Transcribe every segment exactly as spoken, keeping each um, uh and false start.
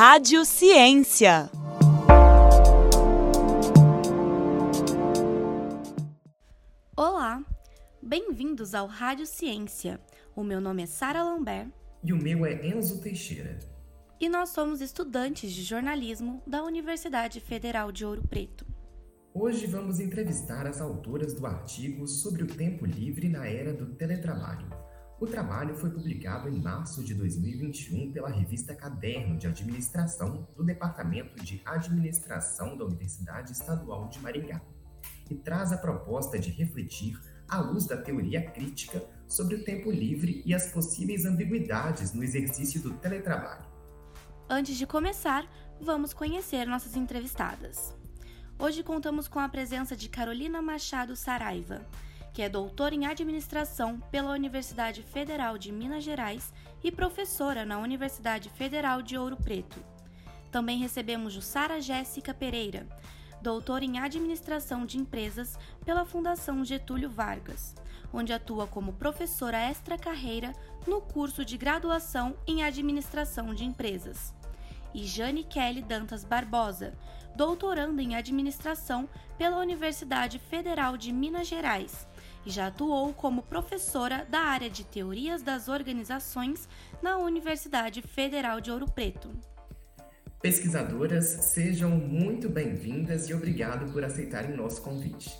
Rádio Ciência. Olá, bem-vindos ao Rádio Ciência. O meu nome é Sara Lambert. E o meu é Enzo Teixeira. E nós somos estudantes de jornalismo da Universidade Federal de Ouro Preto. Hoje vamos entrevistar as autoras do artigo sobre o tempo livre na era do teletrabalho. O trabalho foi publicado em março de dois mil e vinte e um pela revista Caderno de Administração do Departamento de Administração da Universidade Estadual de Maringá e traz a proposta de refletir, à luz da teoria crítica, sobre o tempo livre e as possíveis ambiguidades no exercício do teletrabalho. Antes de começar, vamos conhecer nossas entrevistadas. Hoje contamos com a presença de Carolina Machado Saraiva, que é doutora em administração pela Universidade Federal de Minas Gerais e professora na Universidade Federal de Ouro Preto. Também recebemos Jussara Jéssica Pereira, doutora em administração de empresas pela Fundação Getúlio Vargas, onde atua como professora extra-carreira no curso de graduação em administração de empresas. E Jane Kelly Dantas Barbosa, doutoranda em administração pela Universidade Federal de Minas Gerais, e já atuou como professora da área de teorias das organizações na Universidade Federal de Ouro Preto. Pesquisadoras, sejam muito bem-vindas e obrigado por aceitarem nosso convite.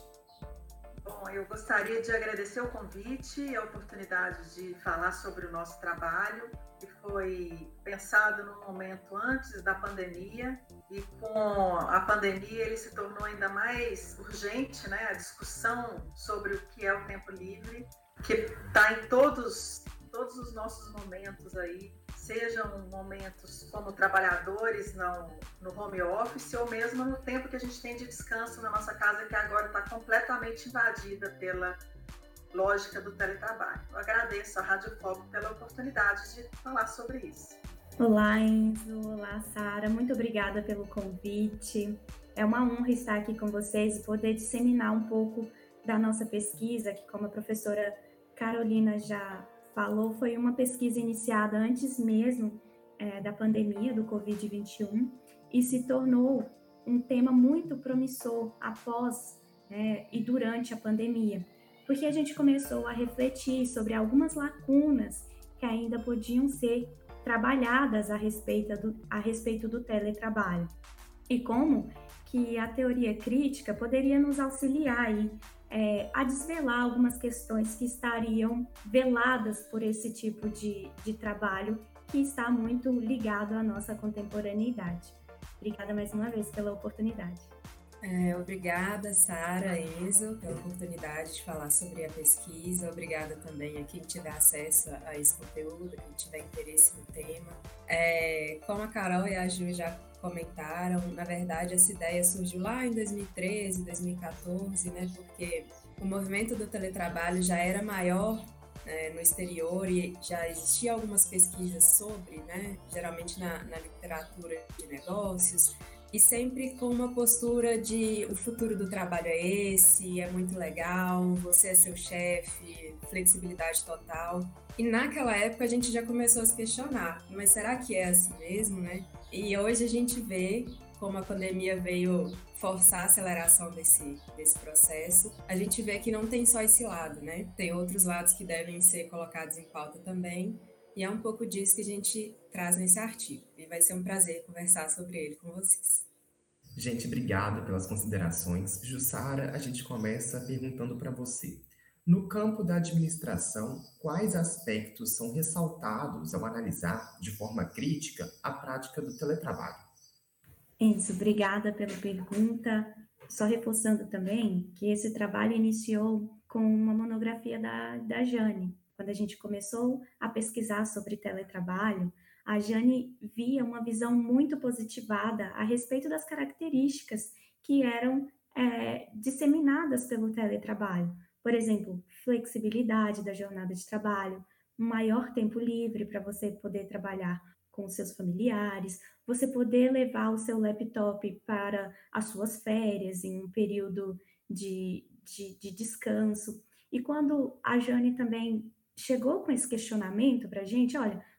Bom, eu gostaria de agradecer o convite e a oportunidade de falar sobre o nosso trabalho, que foi pensado no momento antes da pandemia, e com a pandemia ele se tornou ainda mais urgente, né? A discussão sobre o que é o tempo livre, que está em todos, todos os nossos momentos aí, sejam momentos como trabalhadores no, no home office ou mesmo no tempo que a gente tem de descanso na nossa casa, que agora está completamente invadida pela lógica do teletrabalho. Eu agradeço à Rádio Foco pela oportunidade de falar sobre isso. Olá, Enzo. Olá, Sara. Muito obrigada pelo convite. É uma honra estar aqui com vocês e poder disseminar um pouco da nossa pesquisa, que, como a professora Carolina já falou, foi uma pesquisa iniciada antes mesmo é, da pandemia do covid vinte e um e se tornou um tema muito promissor após é, e durante a pandemia, porque a gente começou a refletir sobre algumas lacunas que ainda podiam ser trabalhadas a respeito do, a respeito do teletrabalho e como que a teoria crítica poderia nos auxiliar aí, é, a desvelar algumas questões que estariam veladas por esse tipo de, de trabalho que está muito ligado à nossa contemporaneidade. Obrigada mais uma vez pela oportunidade. É, obrigada, Sara, Enzo, pela oportunidade de falar sobre a pesquisa. Obrigada também a quem tiver acesso a esse conteúdo, quem tiver interesse no tema. É, como a Carol e a Ju já comentaram, na verdade, essa ideia surgiu lá em dois mil e treze, dois mil e quatorze, né, porque o movimento do teletrabalho já era maior né, no exterior e já existiam algumas pesquisas sobre, né, geralmente na, na literatura de negócios, e sempre com uma postura de o futuro do trabalho é esse, é muito legal, você é seu chefe, flexibilidade total. E naquela época a gente já começou a se questionar, mas será que é assim mesmo, né? E hoje a gente vê como a pandemia veio forçar a aceleração desse, desse processo. A gente vê que não tem só esse lado, né? Tem outros lados que devem ser colocados em pauta também. E é um pouco disso que a gente traz nesse artigo. E vai ser um prazer conversar sobre ele com vocês. Gente, obrigado pelas considerações. Jussara, a gente começa perguntando para você. No campo da administração, quais aspectos são ressaltados ao analisar de forma crítica a prática do teletrabalho? Enzo, obrigada pela pergunta. Só reforçando também que esse trabalho iniciou com uma monografia da, da Jane. Quando a gente começou a pesquisar sobre teletrabalho, a Jane via uma visão muito positivada a respeito das características que eram é, disseminadas pelo teletrabalho. Por exemplo, flexibilidade da jornada de trabalho, um maior tempo livre para você poder trabalhar com os seus familiares, você poder levar o seu laptop para as suas férias em um período de, de, de descanso. E quando a Jane também chegou com esse questionamento para a gente, olha,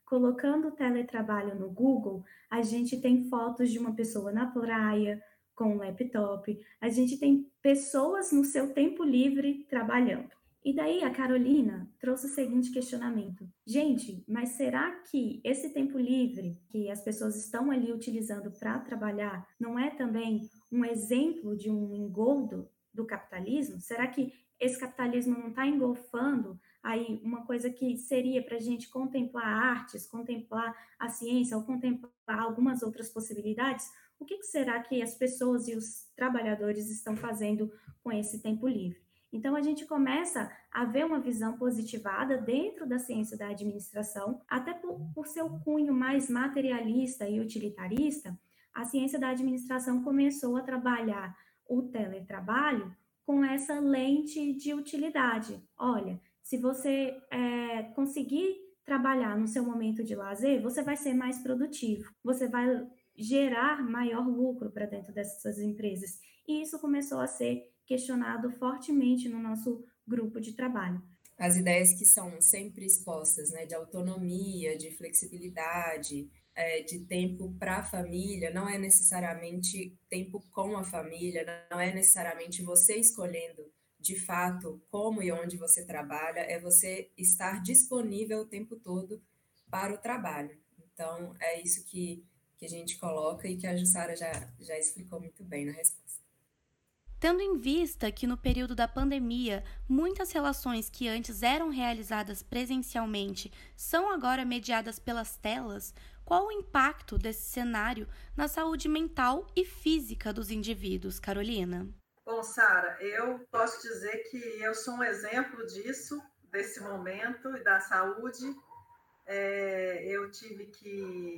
colocando o teletrabalho no Google, a gente tem fotos de uma pessoa na praia, com um laptop, a gente tem pessoas no seu tempo livre trabalhando. E daí a Carolina trouxe o seguinte questionamento. Gente, mas será que esse tempo livre que as pessoas estão ali utilizando para trabalhar não é também um exemplo de um engoldo do capitalismo? Será que esse capitalismo não está engolfando aí uma coisa que seria para a gente contemplar artes, contemplar a ciência ou contemplar algumas outras possibilidades? O que será que as pessoas e os trabalhadores estão fazendo com esse tempo livre? Então, a gente começa a ver uma visão positivada dentro da ciência da administração, até por, por seu cunho mais materialista e utilitarista, a ciência da administração começou a trabalhar o teletrabalho com essa lente de utilidade. Olha, se você é, conseguir trabalhar no seu momento de lazer, você vai ser mais produtivo, você vai gerar maior lucro para dentro dessas empresas. E isso começou a ser questionado fortemente no nosso grupo de trabalho. As ideias que são sempre expostas, né, de autonomia, de flexibilidade, é, de tempo para a família, não é necessariamente tempo com a família, não é necessariamente você escolhendo de fato como e onde você trabalha, é você estar disponível o tempo todo para o trabalho. Então, é isso que, que a gente coloca e que a Jussara já, já explicou muito bem na resposta. Tendo em vista que no período da pandemia, muitas relações que antes eram realizadas presencialmente são agora mediadas pelas telas, qual o impacto desse cenário na saúde mental e física dos indivíduos, Carolina? Bom, Sara, eu posso dizer que eu sou um exemplo disso, desse momento e da saúde. É, eu tive que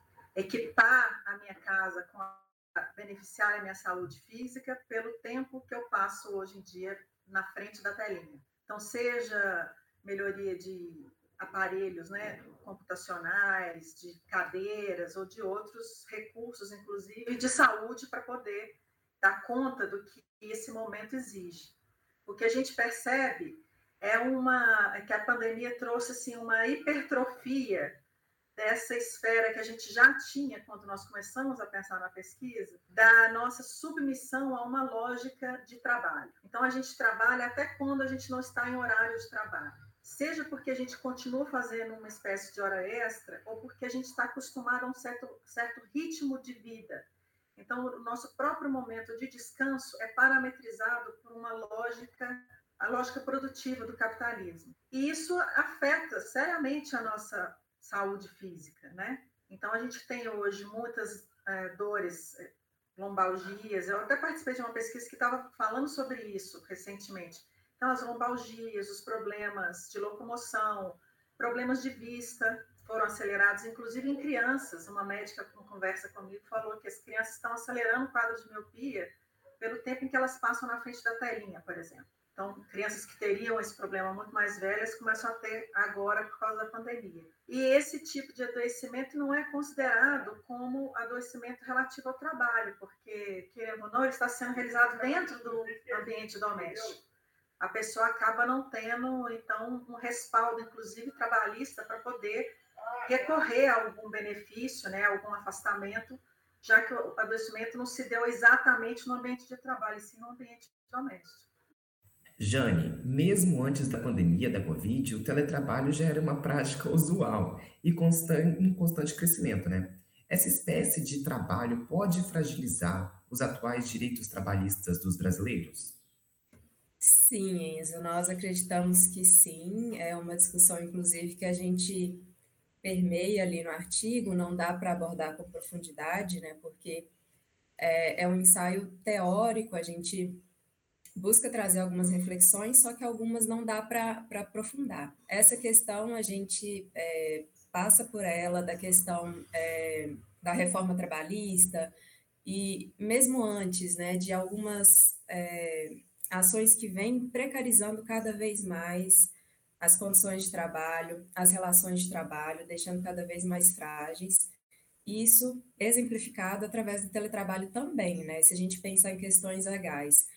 equipar a minha casa com a beneficiar a minha saúde física pelo tempo que eu passo hoje em dia na frente da telinha. Então, seja melhoria de aparelhos, né, computacionais, de cadeiras ou de outros recursos, inclusive de saúde, para poder dar conta do que esse momento exige. O que a gente percebe é uma, que a pandemia trouxe assim, uma hipertrofia dessa esfera que a gente já tinha quando nós começamos a pensar na pesquisa, da nossa submissão a uma lógica de trabalho. Então, a gente trabalha até quando a gente não está em horário de trabalho. Seja porque a gente continua fazendo uma espécie de hora extra, ou porque a gente está acostumado a um certo, certo ritmo de vida. Então, o nosso próprio momento de descanso é parametrizado por uma lógica, a lógica produtiva do capitalismo. E isso afeta seriamente a nossa saúde física, né? Então, a gente tem hoje muitas é, dores, lombalgias. Eu até participei de uma pesquisa que estava falando sobre isso recentemente. Então, as lombalgias, os problemas de locomoção, problemas de vista foram acelerados, inclusive em crianças. Uma médica que conversa comigo falou que as crianças estão acelerando o quadro de miopia pelo tempo em que elas passam na frente da telinha, por exemplo. Então, crianças que teriam esse problema muito mais velhas começam a ter agora por causa da pandemia. E esse tipo de adoecimento não é considerado como adoecimento relativo ao trabalho, porque, querendo ou não, ele está sendo realizado dentro do ambiente doméstico. A pessoa acaba não tendo, então, um respaldo, inclusive trabalhista, para poder recorrer a algum benefício, né, algum afastamento, já que o adoecimento não se deu exatamente no ambiente de trabalho, e sim no ambiente doméstico. Jane, mesmo antes da pandemia da Covid, o teletrabalho já era uma prática usual e constante, em constante crescimento, né? Essa espécie de trabalho pode fragilizar os atuais direitos trabalhistas dos brasileiros? Sim, Enzo, nós acreditamos que sim. É uma discussão, inclusive, que a gente permeia ali no artigo, não dá para abordar com profundidade, né? Porque é, é um ensaio teórico, a gente busca trazer algumas reflexões, só que algumas não dá para aprofundar. Essa questão a gente é, passa por ela, da questão é, da reforma trabalhista, e mesmo antes, né, de algumas é, ações que vêm precarizando cada vez mais as condições de trabalho, as relações de trabalho, deixando cada vez mais frágeis. Isso exemplificado através do teletrabalho também, né? Se a gente pensar em questões legais.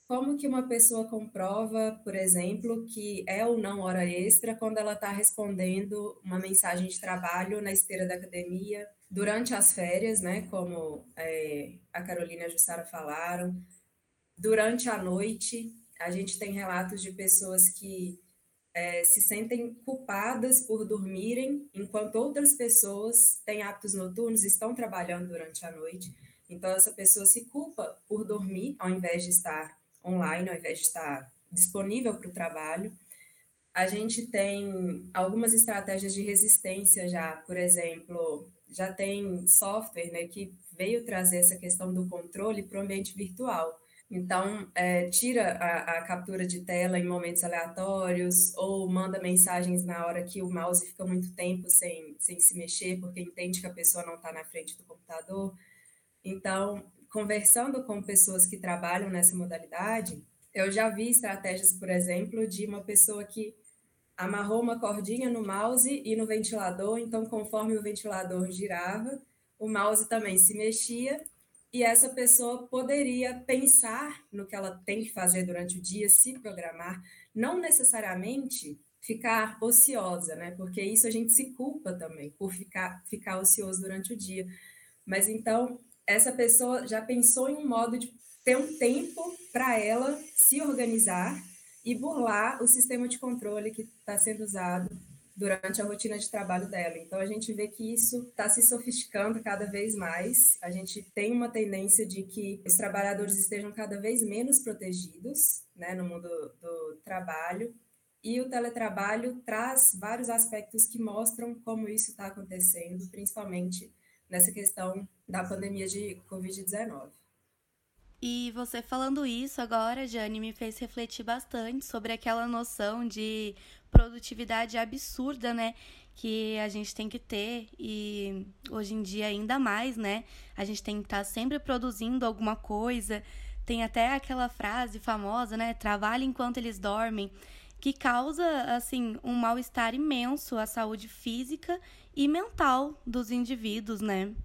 Como que uma pessoa comprova, por exemplo, que é ou não hora extra quando ela está respondendo uma mensagem de trabalho na esteira da academia, durante as férias, né, como é, a Carolina e a Jussara falaram, durante a noite, a gente tem relatos de pessoas que é, se sentem culpadas por dormirem, enquanto outras pessoas têm hábitos noturnos e estão trabalhando durante a noite. Então, essa pessoa se culpa por dormir, ao invés de estar online, ao invés de estar disponível para o trabalho. A gente tem algumas estratégias de resistência já, por exemplo, já tem software, né, que veio trazer essa questão do controle para o ambiente virtual. Então, é, tira a, a captura de tela em momentos aleatórios ou manda mensagens na hora que o mouse fica muito tempo sem, sem se mexer, porque entende que a pessoa não está na frente do computador. Então, conversando com pessoas que trabalham nessa modalidade, eu já vi estratégias, por exemplo, de uma pessoa que amarrou uma cordinha no mouse e no ventilador, então, conforme o ventilador girava, o mouse também se mexia, e essa pessoa poderia pensar no que ela tem que fazer durante o dia, se programar, não necessariamente ficar ociosa, né? Porque isso a gente se culpa também, por ficar, ficar ocioso durante o dia. Mas então, essa pessoa já pensou em um modo de ter um tempo para ela se organizar e burlar o sistema de controle que está sendo usado durante a rotina de trabalho dela. Então, a gente vê que isso está se sofisticando cada vez mais. A gente tem uma tendência de que os trabalhadores estejam cada vez menos protegidos, né, no mundo do trabalho, e o teletrabalho traz vários aspectos que mostram como isso está acontecendo, principalmente nessa questão da pandemia de covid dezenove. E você falando isso agora, Jane, me fez refletir bastante sobre aquela noção de produtividade absurda, né, que a gente tem que ter, e hoje em dia ainda mais, né, a gente tem que estar sempre produzindo alguma coisa. Tem até aquela frase famosa, né, trabalha enquanto eles dormem, que causa, assim, um mal-estar imenso à saúde física e mental dos indivíduos, né?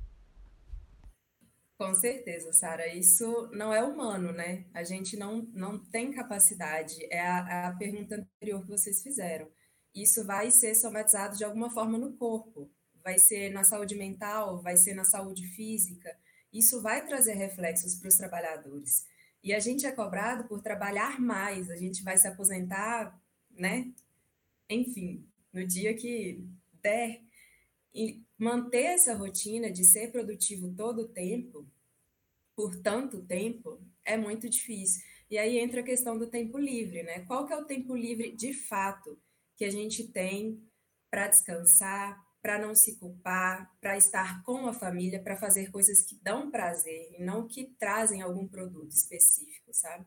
Com certeza, Sara, isso não é humano, né? A gente não, não tem capacidade, é a, é a pergunta anterior que vocês fizeram. Isso vai ser somatizado de alguma forma no corpo, vai ser na saúde mental, vai ser na saúde física, isso vai trazer reflexos para os trabalhadores. E a gente é cobrado por trabalhar mais, a gente vai se aposentar, né? Enfim, no dia que der. E manter essa rotina de ser produtivo todo o tempo, por tanto tempo, é muito difícil. E aí entra a questão do tempo livre, né? Qual que é o tempo livre de fato que a gente tem para descansar, para não se culpar, para estar com a família, para fazer coisas que dão prazer e não que trazem algum produto específico, sabe?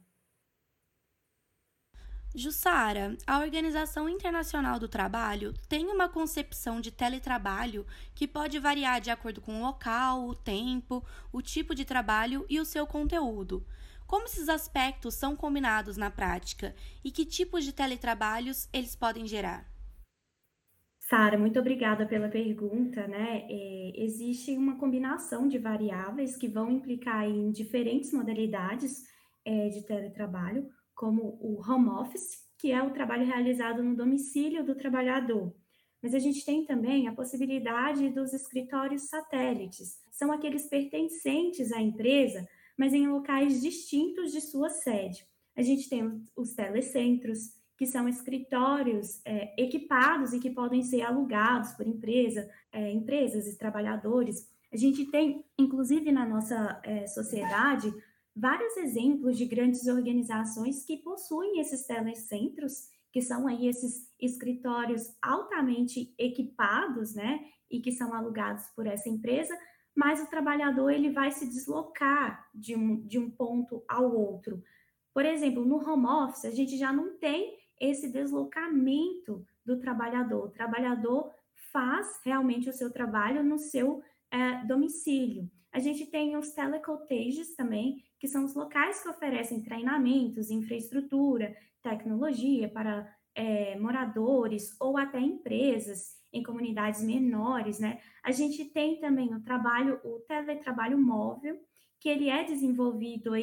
Jussara, a Organização Internacional do Trabalho tem uma concepção de teletrabalho que pode variar de acordo com o local, o tempo, o tipo de trabalho e o seu conteúdo. Como esses aspectos são combinados na prática e que tipos de teletrabalhos eles podem gerar? Sara, muito obrigada pela pergunta, né? É, existe uma combinação de variáveis que vão implicar em diferentes modalidades é, de teletrabalho, como o home office, que é o trabalho realizado no domicílio do trabalhador. Mas a gente tem também a possibilidade dos escritórios satélites. São aqueles pertencentes à empresa, mas em locais distintos de sua sede. A gente tem os telecentros, que são escritórios é, equipados e que podem ser alugados por empresa, é, empresas e trabalhadores. A gente tem, inclusive na nossa é, sociedade, vários exemplos de grandes organizações que possuem esses telecentros, que são aí esses escritórios altamente equipados, né, e que são alugados por essa empresa, mas o trabalhador ele vai se deslocar de um, de um ponto ao outro. Por exemplo, no home office, a gente já não tem esse deslocamento do trabalhador. O trabalhador faz realmente o seu trabalho no seu é, domicílio. A gente tem os telecottages também, que são os locais que oferecem treinamentos, infraestrutura, tecnologia para é, moradores ou até empresas em comunidades menores, né? A gente tem também o trabalho, o teletrabalho móvel, que ele é desenvolvido aí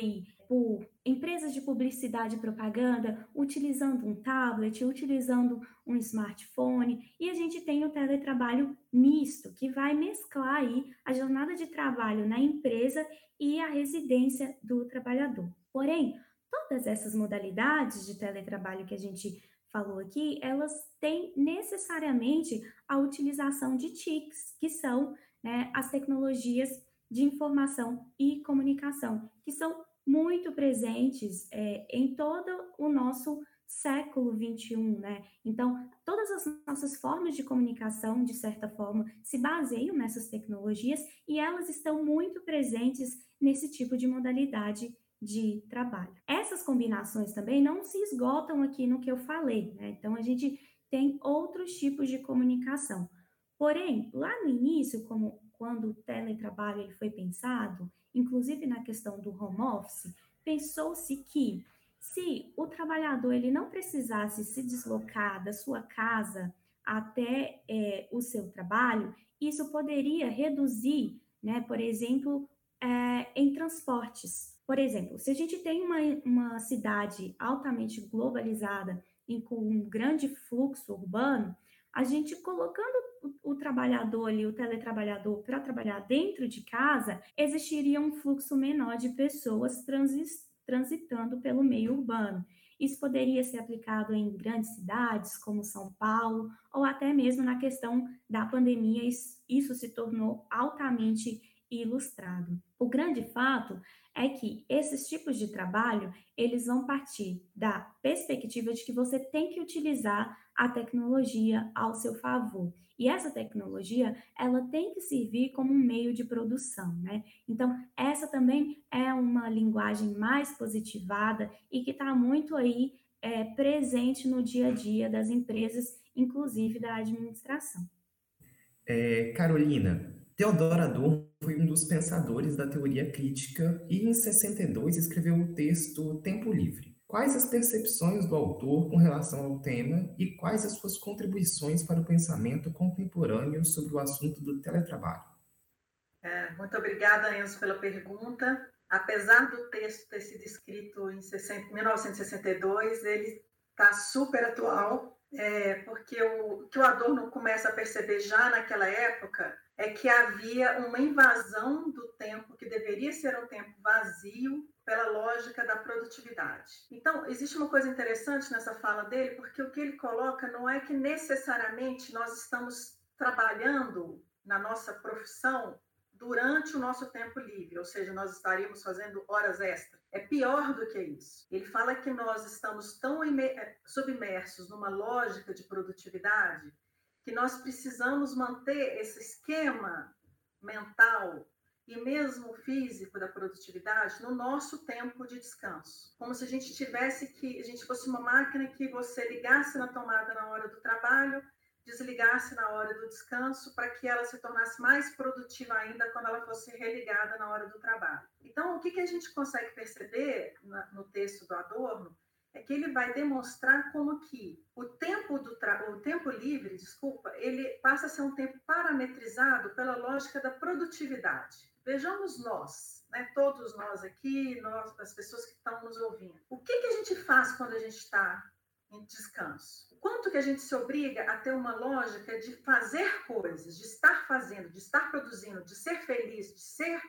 por empresas de publicidade e propaganda, utilizando um tablet, utilizando um smartphone, e a gente tem o teletrabalho misto, que vai mesclar aí a jornada de trabalho na empresa e a residência do trabalhador. Porém, todas essas modalidades de teletrabalho que a gente falou aqui, elas têm necessariamente a utilização de T I Cs, que são, né, as tecnologias de informação e comunicação, que são muito presentes é, em todo o nosso século vinte e um, né? Então, todas as nossas formas de comunicação, de certa forma, se baseiam nessas tecnologias e elas estão muito presentes nesse tipo de modalidade de trabalho. Essas combinações também não se esgotam aqui no que eu falei, né? Então, a gente tem outros tipos de comunicação. Porém, lá no início, como quando o teletrabalho ele foi pensado, inclusive na questão do home office, pensou-se que se o trabalhador ele não precisasse se deslocar da sua casa até é, o seu trabalho, isso poderia reduzir, né, por exemplo, é, em transportes. Por exemplo, se a gente tem uma, uma cidade altamente globalizada e com um grande fluxo urbano, a gente colocando o, o trabalhador ali, o teletrabalhador, para trabalhar dentro de casa, existiria um fluxo menor de pessoas transi- transitando pelo meio urbano. Isso poderia ser aplicado em grandes cidades, como São Paulo, ou até mesmo na questão da pandemia, isso se tornou altamente ilustrado. O grande fato é que esses tipos de trabalho, eles vão partir da perspectiva de que você tem que utilizar a tecnologia ao seu favor. E essa tecnologia, ela tem que servir como um meio de produção, né? Então, essa também é uma linguagem mais positivada e que está muito aí é, presente no dia a dia das empresas, inclusive da administração. É, Carolina, Theodor Adorno foi um dos pensadores da teoria crítica e, em sessenta e dois, escreveu o texto Tempo Livre. Quais as percepções do autor com relação ao tema e quais as suas contribuições para o pensamento contemporâneo sobre o assunto do teletrabalho? É, muito obrigada, Enzo, pela pergunta. Apesar do texto ter sido escrito em mil novecentos e sessenta e dois, ele está super atual, é, porque o que o Adorno começa a perceber já naquela época é que havia uma invasão do tempo que deveria ser um tempo vazio pela lógica da produtividade. Então, existe uma coisa interessante nessa fala dele, porque o que ele coloca não é que necessariamente nós estamos trabalhando na nossa profissão durante o nosso tempo livre, ou seja, nós estaríamos fazendo horas extras. É pior do que isso. Ele fala que nós estamos tão submersos numa lógica de produtividade que nós precisamos manter esse esquema mental e mesmo físico da produtividade no nosso tempo de descanso. Como se a gente tivesse que, a gente fosse uma máquina que você ligasse na tomada na hora do trabalho, desligasse na hora do descanso, para que ela se tornasse mais produtiva ainda quando ela fosse religada na hora do trabalho. Então, o que, que a gente consegue perceber na, no texto do Adorno é que ele vai demonstrar como que o tempo, do tra... o tempo livre, desculpa, ele passa a ser um tempo parametrizado pela lógica da produtividade. Vejamos nós, né, todos nós aqui, nós, as pessoas que estão nos ouvindo. O que, que a gente faz quando a gente está em descanso? Quanto que a gente se obriga a ter uma lógica de fazer coisas, de estar fazendo, de estar produzindo, de ser feliz, de ser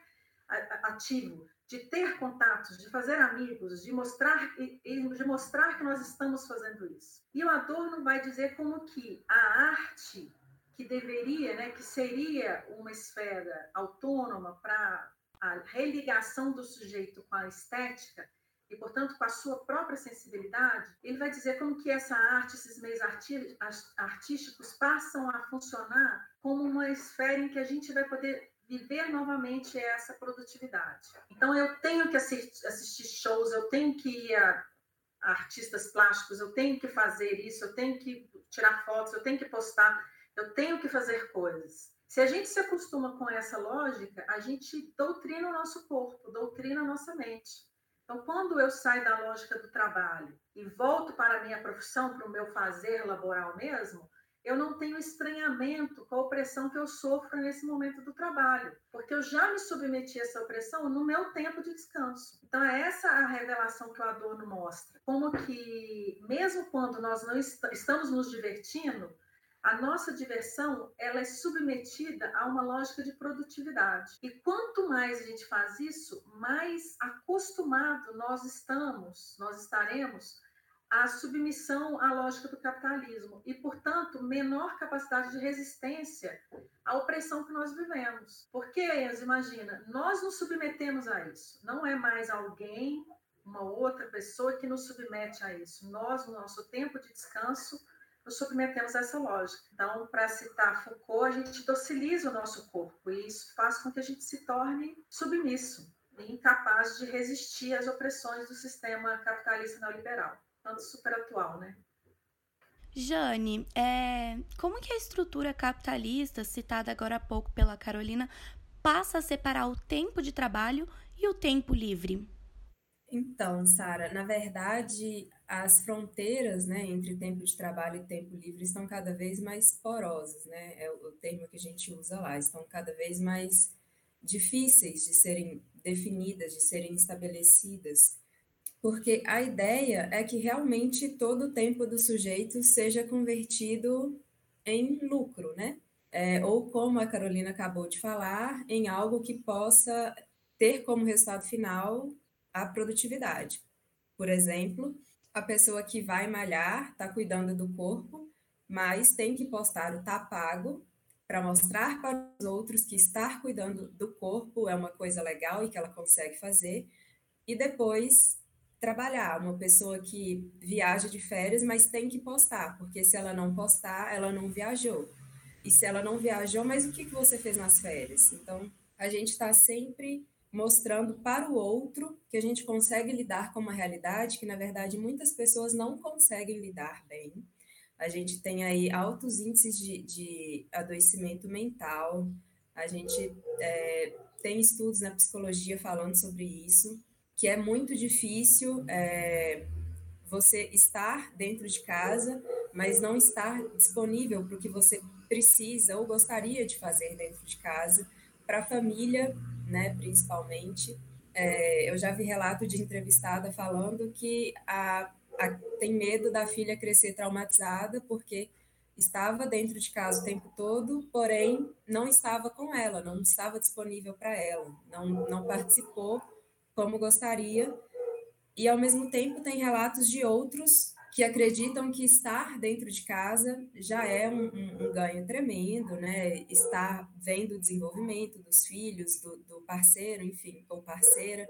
ativo, de ter contatos, de fazer amigos, de mostrar, de mostrar que nós estamos fazendo isso. E o Adorno vai dizer como que a arte, que deveria, né, que seria uma esfera autônoma para a religação do sujeito com a estética, e, portanto, com a sua própria sensibilidade, ele vai dizer como que essa arte, esses meios artísticos passam a funcionar como uma esfera em que a gente vai poder viver novamente essa produtividade. Então, eu tenho que assistir shows, eu tenho que ir a artistas plásticos, eu tenho que fazer isso, eu tenho que tirar fotos, eu tenho que postar, eu tenho que fazer coisas. Se a gente se acostuma com essa lógica, a gente doutrina o nosso corpo, doutrina a nossa mente. Então, quando eu saio da lógica do trabalho e volto para a minha profissão, para o meu fazer laboral mesmo, eu não tenho estranhamento com a opressão que eu sofro nesse momento do trabalho, porque eu já me submeti a essa opressão no meu tempo de descanso. Então, é essa a revelação que o Adorno mostra. Como que, mesmo quando nós não est- estamos nos divertindo, a nossa diversão ela é submetida a uma lógica de produtividade. E quanto mais a gente faz isso, mais acostumado nós estamos, nós estaremos a submissão à lógica do capitalismo e, portanto, menor capacidade de resistência à opressão que nós vivemos. Porque, Enzo, imagina, nós nos submetemos a isso. Não é mais alguém, uma outra pessoa que nos submete a isso. Nós, no nosso tempo de descanso, nos submetemos a essa lógica. Então, para citar Foucault, a gente dociliza o nosso corpo e isso faz com que a gente se torne submisso e incapaz de resistir às opressões do sistema capitalista neoliberal. Tanto super atual, né? Jane, é, como que a estrutura capitalista, citada agora há pouco pela Carolina, passa a separar o tempo de trabalho e o tempo livre? Então, Sara, na verdade, as fronteiras, né, entre tempo de trabalho e tempo livre estão cada vez mais porosas, né? É o termo que a gente usa lá, estão cada vez mais difíceis de serem definidas, de serem estabelecidas. Porque a ideia é que realmente todo o tempo do sujeito seja convertido em lucro, né? É, ou, como a Carolina acabou de falar, em algo que possa ter como resultado final a produtividade. Por exemplo, a pessoa que vai malhar está cuidando do corpo, mas tem que postar o tá pago para mostrar para os outros que estar cuidando do corpo é uma coisa legal e que ela consegue fazer, e depois trabalhar, uma pessoa que viaja de férias, mas tem que postar, porque se ela não postar, ela não viajou. E se ela não viajou, mas o que você fez nas férias? Então, a gente está sempre mostrando para o outro que a gente consegue lidar com uma realidade que, na verdade, muitas pessoas não conseguem lidar bem. A gente tem aí altos índices de, de adoecimento mental, a gente é, tem estudos na psicologia falando sobre isso, que é muito difícil é, você estar dentro de casa, mas não estar disponível para o que você precisa ou gostaria de fazer dentro de casa, para a família, né, principalmente. É, eu já vi relato de entrevistada falando que a, a, tem medo da filha crescer traumatizada porque estava dentro de casa o tempo todo, porém não estava com ela, não estava disponível para ela, não, não participou como gostaria, e ao mesmo tempo tem relatos de outros que acreditam que estar dentro de casa já é um, um, um ganho tremendo, né? Estar vendo o desenvolvimento dos filhos, do, do parceiro, enfim, ou parceira.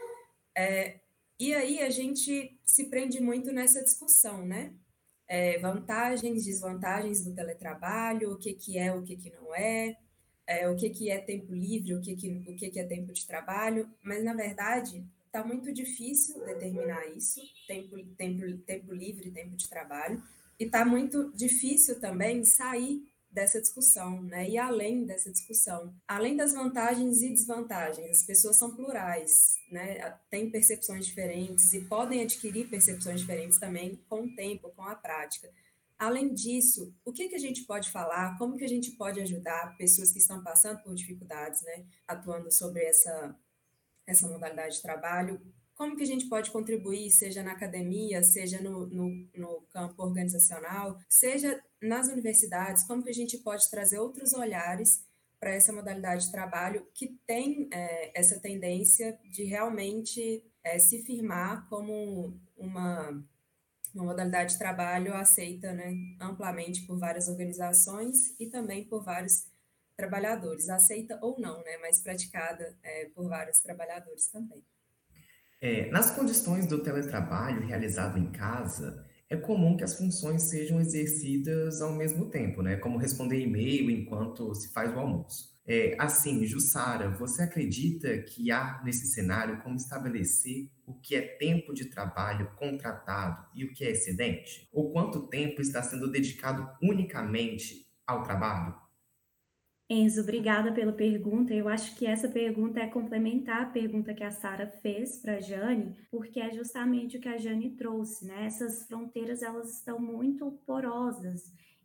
É, e aí a gente se prende muito nessa discussão, né? É, vantagens, desvantagens do teletrabalho, o que, que é, o que, que não é, é o que, que é tempo livre, o, que, que, o que, que é tempo de trabalho, mas, na verdade, está muito difícil determinar isso, tempo, tempo, tempo livre, tempo de trabalho, e está muito difícil também sair dessa discussão, né? E além dessa discussão, além das vantagens e desvantagens, as pessoas são plurais, né? Têm percepções diferentes e podem adquirir percepções diferentes também com o tempo, com a prática. Além disso, o que, que a gente pode falar, como que a gente pode ajudar pessoas que estão passando por dificuldades, né? Atuando sobre essa, essa modalidade de trabalho, como que a gente pode contribuir, seja na academia, seja no, no, no campo organizacional, seja nas universidades, como que a gente pode trazer outros olhares para essa modalidade de trabalho que tem é, essa tendência de realmente é, se firmar como uma, uma modalidade de trabalho aceita, né, amplamente por várias organizações e também por vários trabalhadores, aceita ou não, né, mas praticada é, por vários trabalhadores também. É, nas condições do teletrabalho realizado em casa, é comum que as funções sejam exercidas ao mesmo tempo, né? Como responder e-mail enquanto se faz o almoço. É, assim, Jussara, você acredita que há nesse cenário como estabelecer o que é tempo de trabalho contratado e o que é excedente? Ou quanto tempo está sendo dedicado unicamente ao trabalho? Enzo, obrigada pela pergunta. Eu acho que essa pergunta é complementar a pergunta que a Sara fez para a Jane, porque é justamente o que a Jane trouxe, né? Essas fronteiras, elas estão muito porosas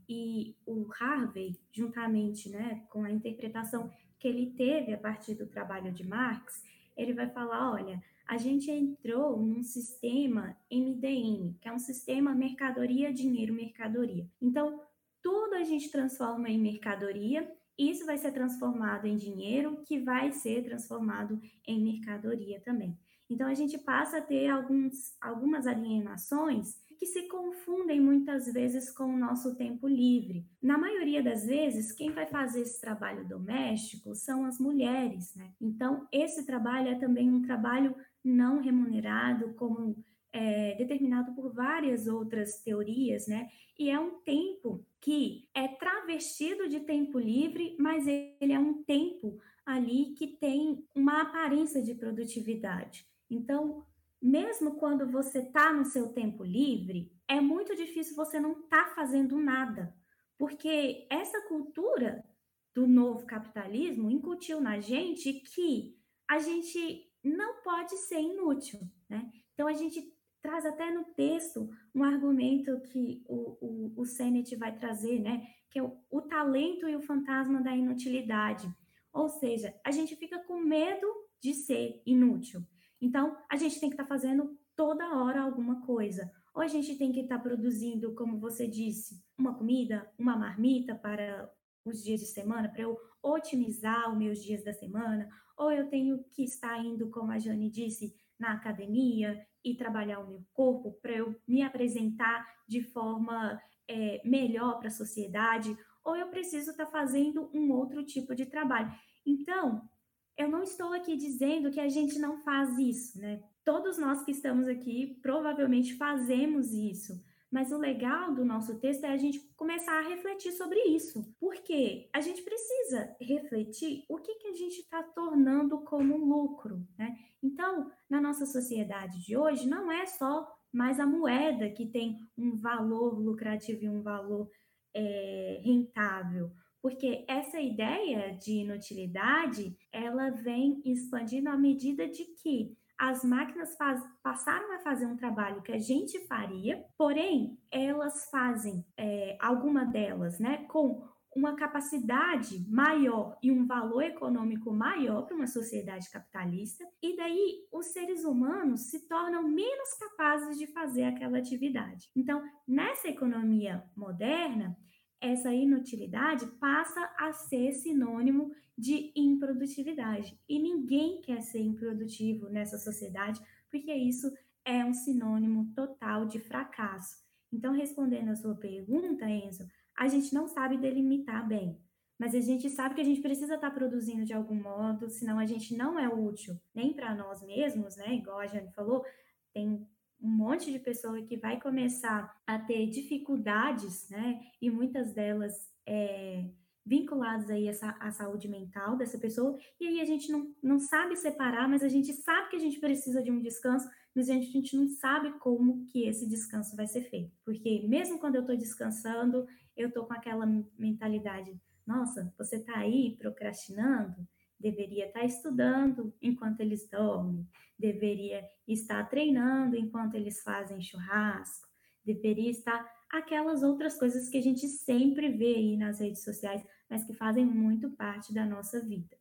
E o Harvey, juntamente, né, com a interpretação que ele teve a partir do trabalho de Marx, ele vai falar, olha, a gente entrou num sistema M D M, que é um sistema mercadoria, dinheiro, mercadoria. Então, tudo a gente transforma em mercadoria, isso vai ser transformado em dinheiro, que vai ser transformado em mercadoria também. Então, a gente passa a ter alguns, algumas alienações que se confundem muitas vezes com o nosso tempo livre. Na maioria das vezes, quem vai fazer esse trabalho doméstico são as mulheres, né? Então, esse trabalho é também um trabalho não remunerado, como é, determinado por várias outras teorias, né? E é um tempo que é travestido de tempo livre, mas ele é um tempo ali que tem uma aparência de produtividade. Então, mesmo quando você está no seu tempo livre, é muito difícil você não estar tá fazendo nada, porque essa cultura do novo capitalismo incutiu na gente que a gente não pode ser inútil, né? Então, a gente traz até no texto um argumento que o, o, o Sennett vai trazer, né? Que é o, o talento e o fantasma da inutilidade. Ou seja, a gente fica com medo de ser inútil. Então, a gente tem que estar tá fazendo toda hora alguma coisa. Ou a gente tem que estar tá produzindo, como você disse, uma comida, uma marmita para os dias de semana, para eu otimizar os meus dias da semana. Ou eu tenho que estar indo, como a Jane disse, na academia e trabalhar o meu corpo para eu me apresentar de forma é, melhor para a sociedade. Ou eu preciso estar tá fazendo um outro tipo de trabalho. Então, eu não estou aqui dizendo que a gente não faz isso, né? Todos nós que estamos aqui provavelmente fazemos isso, mas o legal do nosso texto é a gente começar a refletir sobre isso, porque a gente precisa refletir o que, que a gente está tornando como lucro, né? Então, na nossa sociedade de hoje, não é só mais a moeda que tem um valor lucrativo e um valor é, rentável, porque essa ideia de inutilidade, ela vem expandindo à medida de que as máquinas faz, passaram a fazer um trabalho que a gente faria, porém, elas fazem, é, alguma delas, né, com uma capacidade maior e um valor econômico maior para uma sociedade capitalista, e daí os seres humanos se tornam menos capazes de fazer aquela atividade. Então, nessa economia moderna, essa inutilidade passa a ser sinônimo de improdutividade. E ninguém quer ser improdutivo nessa sociedade, porque isso é um sinônimo total de fracasso. Então, respondendo a sua pergunta, Enzo, a gente não sabe delimitar bem, mas a gente sabe que a gente precisa estar produzindo de algum modo, senão a gente não é útil nem para nós mesmos, né? Igual a Jane falou, tem um monte de pessoa que vai começar a ter dificuldades, né? E muitas delas é, vinculadas aí à, à saúde mental dessa pessoa, e aí a gente não, não sabe separar, mas a gente sabe que a gente precisa de um descanso, mas a gente, a gente não sabe como que esse descanso vai ser feito. Porque mesmo quando eu estou descansando, eu estou com aquela mentalidade, nossa, você está aí procrastinando? Deveria estar estudando enquanto eles dormem, deveria estar treinando enquanto eles fazem churrasco, deveria estar aquelas outras coisas que a gente sempre vê aí nas redes sociais, mas que fazem muito parte da nossa vida.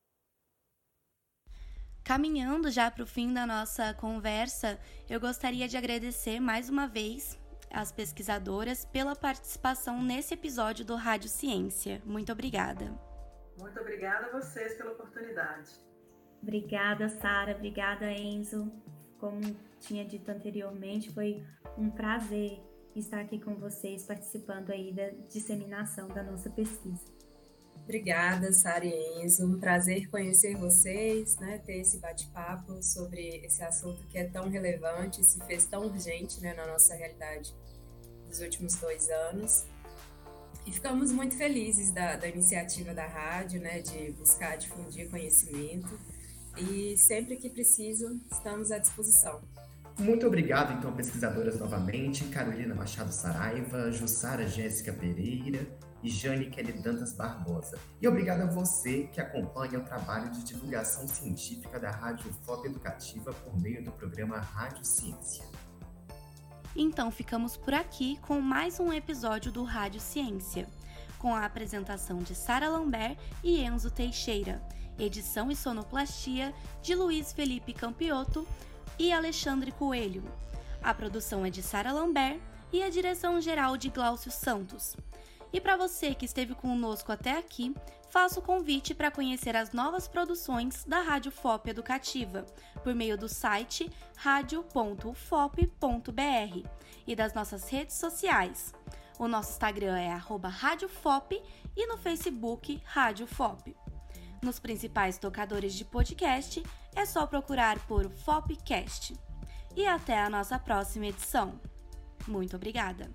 Caminhando já para o fim da nossa conversa, eu gostaria de agradecer mais uma vez às pesquisadoras pela participação nesse episódio do Rádio Ciência. Muito obrigada. Muito obrigada a vocês pela oportunidade. Obrigada, Sara. Obrigada, Enzo. Como tinha dito anteriormente, foi um prazer estar aqui com vocês, participando aí da disseminação da nossa pesquisa. Obrigada, Sara e Enzo. Um prazer conhecer vocês, né? Ter esse bate-papo sobre esse assunto que é tão relevante, se fez tão urgente, né, na nossa realidade dos últimos dois anos. E ficamos muito felizes da, da iniciativa da rádio, né, de buscar difundir conhecimento, e sempre que preciso, estamos à disposição. Muito obrigado, então, pesquisadoras novamente, Carolina Machado Saraiva, Jussara Jéssica Pereira e Jane Kelly Dantas Barbosa. E obrigado a você que acompanha o trabalho de divulgação científica da Rádio F O P Educativa por meio do programa Rádio Ciência. Então ficamos por aqui com mais um episódio do Rádio Ciência, com a apresentação de Sara Lambert e Enzo Teixeira, edição e sonoplastia de Luiz Felipe Campiotto e Alexandre Coelho. A produção é de Sara Lambert e a direção geral de Glaucio Santos. E para você que esteve conosco até aqui, faço o convite para conhecer as novas produções da Rádio F O P Educativa, por meio do site radio ponto fop ponto br e das nossas redes sociais. O nosso Instagram é arroba radiofop e no Facebook Rádio Fop. Nos principais tocadores de podcast, é só procurar por Fopcast. E até a nossa próxima edição. Muito obrigada!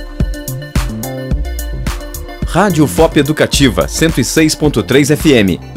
Rádio F O P Educativa cento e seis ponto três F M.